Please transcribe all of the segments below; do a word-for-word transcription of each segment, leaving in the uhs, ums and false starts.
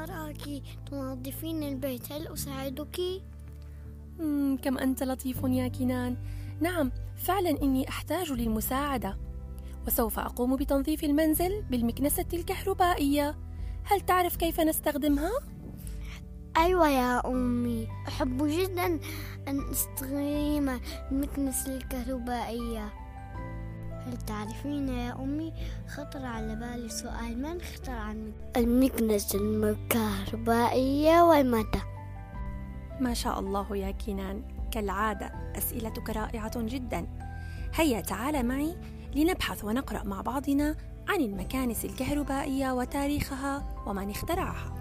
أراك تنظفين البيت، هل أساعدك؟ مم كم أنت لطيف يا كنان. نعم فعلا إني أحتاج للمساعدة، وسوف أقوم بتنظيف المنزل بالمكنسة الكهربائية. هل تعرف كيف نستخدمها؟ أيوة يا أمي، أحب جدا أن أستخدم المكنسة الكهربائية. هل تعرفين يا أمي، خطر على بالي سؤال، من اخترع المكنسة الكهربائية ومتى؟ ما شاء الله يا كنان، كالعادة أسئلتك رائعة جدا. هيا تعال معي لنبحث ونقرأ مع بعضنا عن المكانس الكهربائية وتاريخها ومن اخترعها.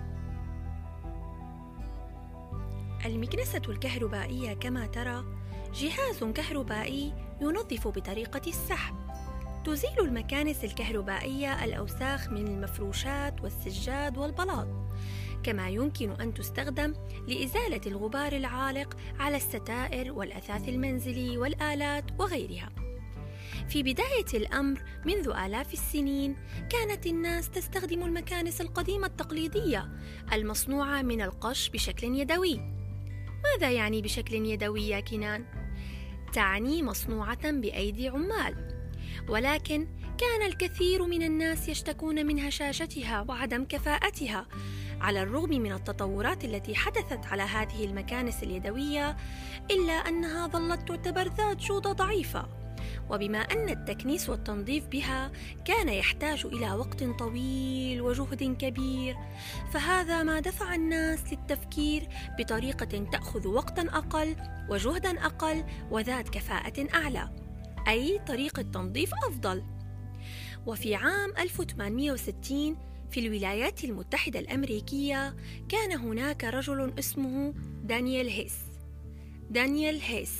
المكنسة الكهربائية كما ترى جهاز كهربائي ينظف بطريقة السحب. تزيل المكانس الكهربائية الأوساخ من المفروشات والسجاد والبلاط، كما يمكن أن تستخدم لإزالة الغبار العالق على الستائر والأثاث المنزلي والآلات وغيرها. في بداية الأمر منذ آلاف السنين كانت الناس تستخدم المكانس القديمة التقليدية المصنوعة من القش بشكل يدوي. ماذا يعني بشكل يدوي يا كنان؟ تعني مصنوعة بأيدي عمال، ولكن كان الكثير من الناس يشتكون من هشاشتها وعدم كفاءتها. على الرغم من التطورات التي حدثت على هذه المكانس اليدوية، إلا أنها ظلت تعتبر ذات جودة ضعيفة، وبما أن التكنيس والتنظيف بها كان يحتاج إلى وقت طويل وجهد كبير، فهذا ما دفع الناس للتفكير بطريقة تأخذ وقتا أقل وجهدا أقل وذات كفاءة أعلى، أي طريقة تنظيف أفضل. وفي عام ألف وثمانمئة وستين في الولايات المتحدة الأمريكية كان هناك رجل اسمه دانيال هيس. دانيال هيس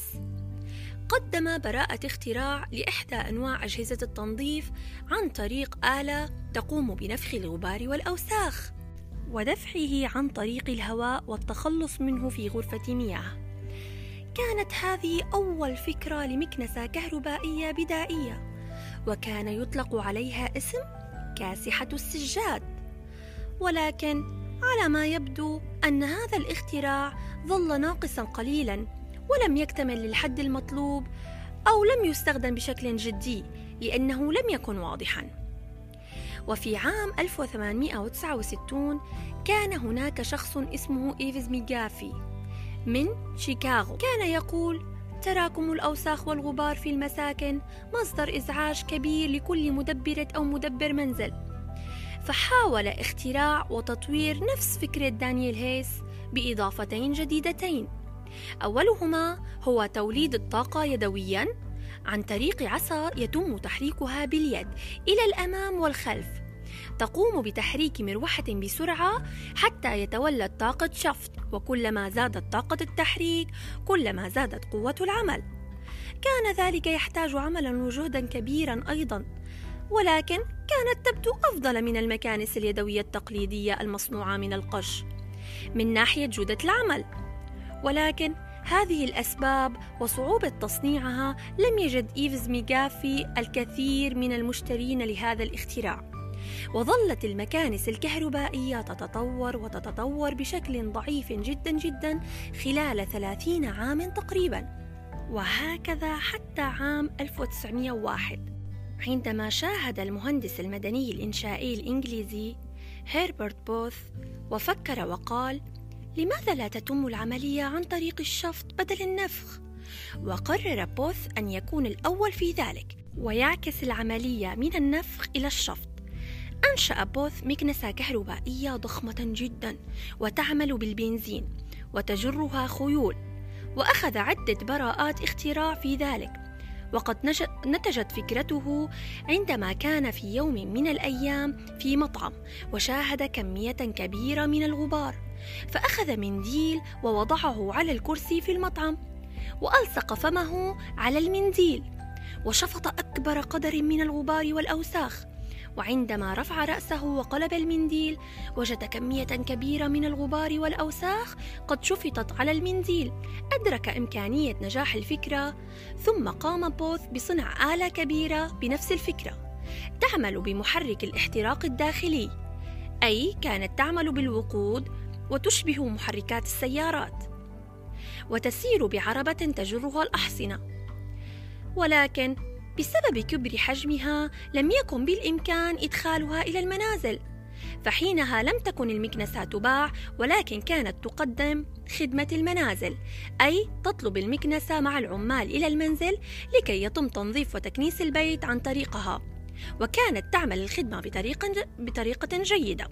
قدم براءة اختراع لإحدى أنواع أجهزة التنظيف عن طريق آلة تقوم بنفخ الغبار والأوساخ ودفعه عن طريق الهواء والتخلص منه في غرفة مياه. كانت هذه أول فكرة لمكنسة كهربائية بدائية، وكان يطلق عليها اسم كاسحة السجاد. ولكن على ما يبدو أن هذا الاختراع ظل ناقصا قليلا ولم يكتمل للحد المطلوب، أو لم يستخدم بشكل جدي لأنه لم يكن واضحا. وفي عام ألف وثمانمئة وتسعة وستين كان هناك شخص اسمه إيفز ميغافي من شيكاغو، كان يقول: تراكم الأوساخ والغبار في المساكن مصدر إزعاج كبير لكل مدبرة أو مدبر منزل. فحاول اختراع وتطوير نفس فكرة دانيال هيس بإضافتين جديدتين. أولهما هو توليد الطاقة يدوياً عن طريق عصا يتم تحريكها باليد إلى الأمام والخلف، تقوم بتحريك مروحة بسرعة حتى يتولد طاقة شفط، وكلما زادت طاقة التحريك كلما زادت قوة العمل. كان ذلك يحتاج عملاً وجهداً كبيراً أيضاً، ولكن كانت تبدو أفضل من المكانس اليدوية التقليدية المصنوعة من القش من ناحية جودة العمل. ولكن هذه الأسباب وصعوبة تصنيعها لم يجد إيفز ميغافي الكثير من المشترين لهذا الاختراع، وظلت المكانس الكهربائية تتطور وتتطور بشكل ضعيف جدا جدا خلال ثلاثين عاما تقريبا، وهكذا حتى عام ألف وتسعمئة وواحد عندما شاهد المهندس المدني الإنشائي الإنجليزي هيربرت بوث وفكر وقال: لماذا لا تتم العملية عن طريق الشفط بدل النفخ؟ وقرر بوث أن يكون الأول في ذلك ويعكس العملية من النفخ إلى الشفط. أنشأ بوث مكنسة كهربائية ضخمة جدا وتعمل بالبنزين وتجرها خيول، وأخذ عدة براءات اختراع في ذلك. وقد نتجت فكرته عندما كان في يوم من الأيام في مطعم وشاهد كمية كبيرة من الغبار، فأخذ منديل ووضعه على الكرسي في المطعم وألصق فمه على المنديل وشفط أكبر قدر من الغبار والأوساخ. وعندما رفع رأسه وقلب المنديل وجد كمية كبيرة من الغبار والأوساخ قد شفطت على المنديل. أدرك إمكانية نجاح الفكرة، ثم قام بوث بصنع آلة كبيرة بنفس الفكرة تعمل بمحرك الاحتراق الداخلي، أي كانت تعمل بالوقود وتشبه محركات السيارات، وتسير بعربة تجرها الأحصنة. ولكن بسبب كبر حجمها لم يكن بالإمكان إدخالها إلى المنازل، فحينها لم تكن المكنسة تباع، ولكن كانت تقدم خدمة المنازل، أي تطلب المكنسة مع العمال إلى المنزل لكي يتم تنظيف وتكنيس البيت عن طريقها، وكانت تعمل الخدمة بطريقة, بطريقة جيدة.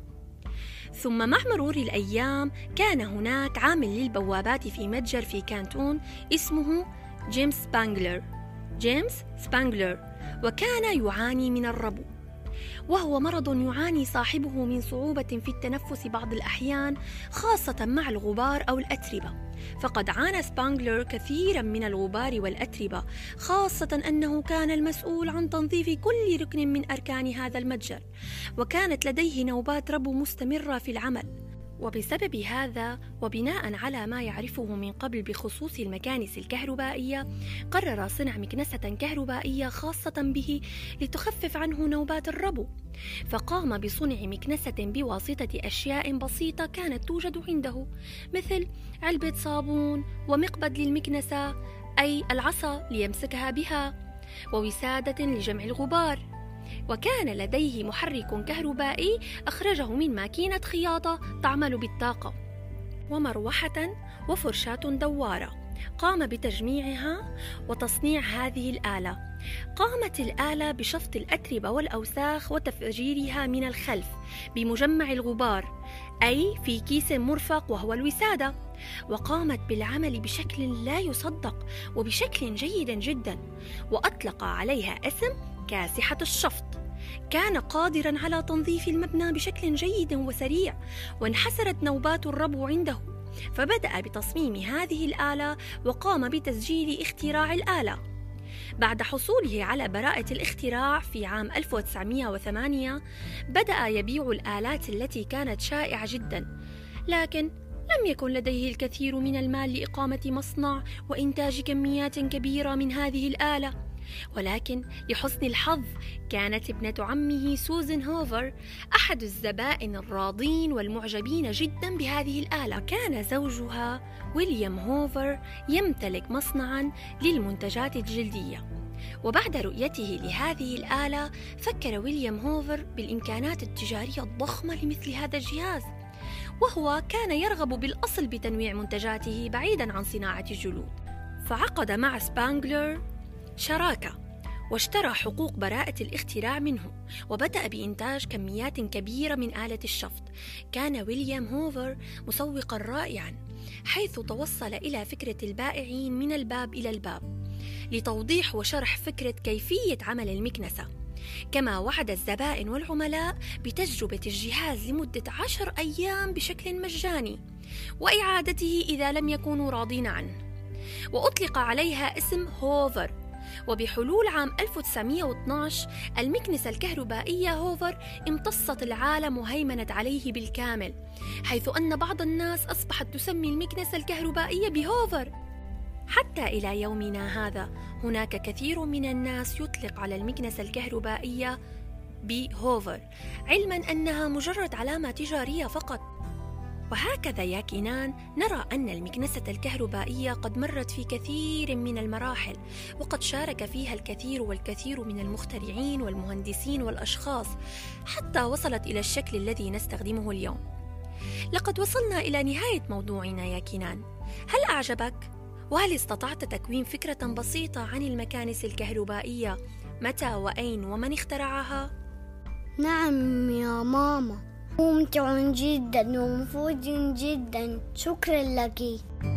ثم مع مرور الأيام كان هناك عامل للبوابات في متجر في كانتون اسمه جيمس سبانجلر جيمس سبانجلر وكان يعاني من الربو، وهو مرض يعاني صاحبه من صعوبة في التنفس بعض الأحيان، خاصة مع الغبار أو الأتربة. فقد عانى سبانجلر كثيرا من الغبار والأتربة، خاصة أنه كان المسؤول عن تنظيف كل ركن من أركان هذا المتجر، وكانت لديه نوبات ربو مستمرة في العمل. وبسبب هذا وبناء على ما يعرفه من قبل بخصوص المكانس الكهربائية، قرر صنع مكنسة كهربائية خاصة به لتخفف عنه نوبات الربو، فقام بصنع مكنسة بواسطة أشياء بسيطة كانت توجد عنده، مثل علبة صابون ومقبض للمكنسة أي العصا ليمسكها بها، ووسادة لجمع الغبار. وكان لديه محرك كهربائي أخرجه من ماكينة خياطة تعمل بالطاقة، ومروحة وفرشاة دوارة قام بتجميعها وتصنيع هذه الآلة. قامت الآلة بشفط الأتربة والأوساخ وتفجيرها من الخلف بمجمع الغبار أي في كيس مرفق وهو الوسادة، وقامت بالعمل بشكل لا يصدق وبشكل جيد جدا، وأطلق عليها اسم كاسحة الشفط. كان قادرا على تنظيف المبنى بشكل جيد وسريع، وانحسرت نوبات الربو عنده، فبدأ بتصميم هذه الآلة وقام بتسجيل اختراع الآلة. بعد حصوله على براءة الاختراع في عام ألف وتسعمائة وثمانية بدأ يبيع الآلات التي كانت شائعة جدا، لكن لم يكن لديه الكثير من المال لإقامة مصنع وإنتاج كميات كبيرة من هذه الآلة. ولكن لحسن الحظ كانت ابنة عمه سوزان هوفر أحد الزبائن الراضين والمعجبين جدا بهذه الآلة. كان زوجها ويليام هوفر يمتلك مصنعا للمنتجات الجلدية، وبعد رؤيته لهذه الآلة فكر ويليام هوفر بالإمكانات التجارية الضخمة لمثل هذا الجهاز، وهو كان يرغب بالأصل بتنويع منتجاته بعيدا عن صناعة الجلود. فعقد مع سبانجلر شراكة واشترى حقوق براءة الاختراع منه، وبدأ بإنتاج كميات كبيرة من آلة الشفط. كان ويليام هوفر مسوقا رائعا، حيث توصل إلى فكرة البائعين من الباب إلى الباب لتوضيح وشرح فكرة كيفية عمل المكنسة، كما وعد الزبائن والعملاء بتجربة الجهاز لمدة عشر أيام بشكل مجاني، وإعادته إذا لم يكونوا راضين عنه، وأطلق عليها اسم هوفر. وبحلول عام ألف وتسعمائة واثني عشر المكنسة الكهربائية هوفر امتصت العالم وهيمنت عليه بالكامل، حيث أن بعض الناس أصبحت تسمي المكنسة الكهربائية بهوفر. حتى إلى يومنا هذا هناك كثير من الناس يطلق على المكنسة الكهربائية بهوفر، علما أنها مجرد علامة تجارية فقط. وهكذا يا كنان نرى أن المكنسة الكهربائية قد مرت في كثير من المراحل، وقد شارك فيها الكثير والكثير من المخترعين والمهندسين والأشخاص، حتى وصلت إلى الشكل الذي نستخدمه اليوم. لقد وصلنا إلى نهاية موضوعنا يا كنان، هل أعجبك؟ وهل استطعت تكوين فكرة بسيطة عن المكانس الكهربائية؟ متى وأين ومن اخترعها؟ نعم يا ماما، ممتع جدا ومفيد جدا، شكرا لك.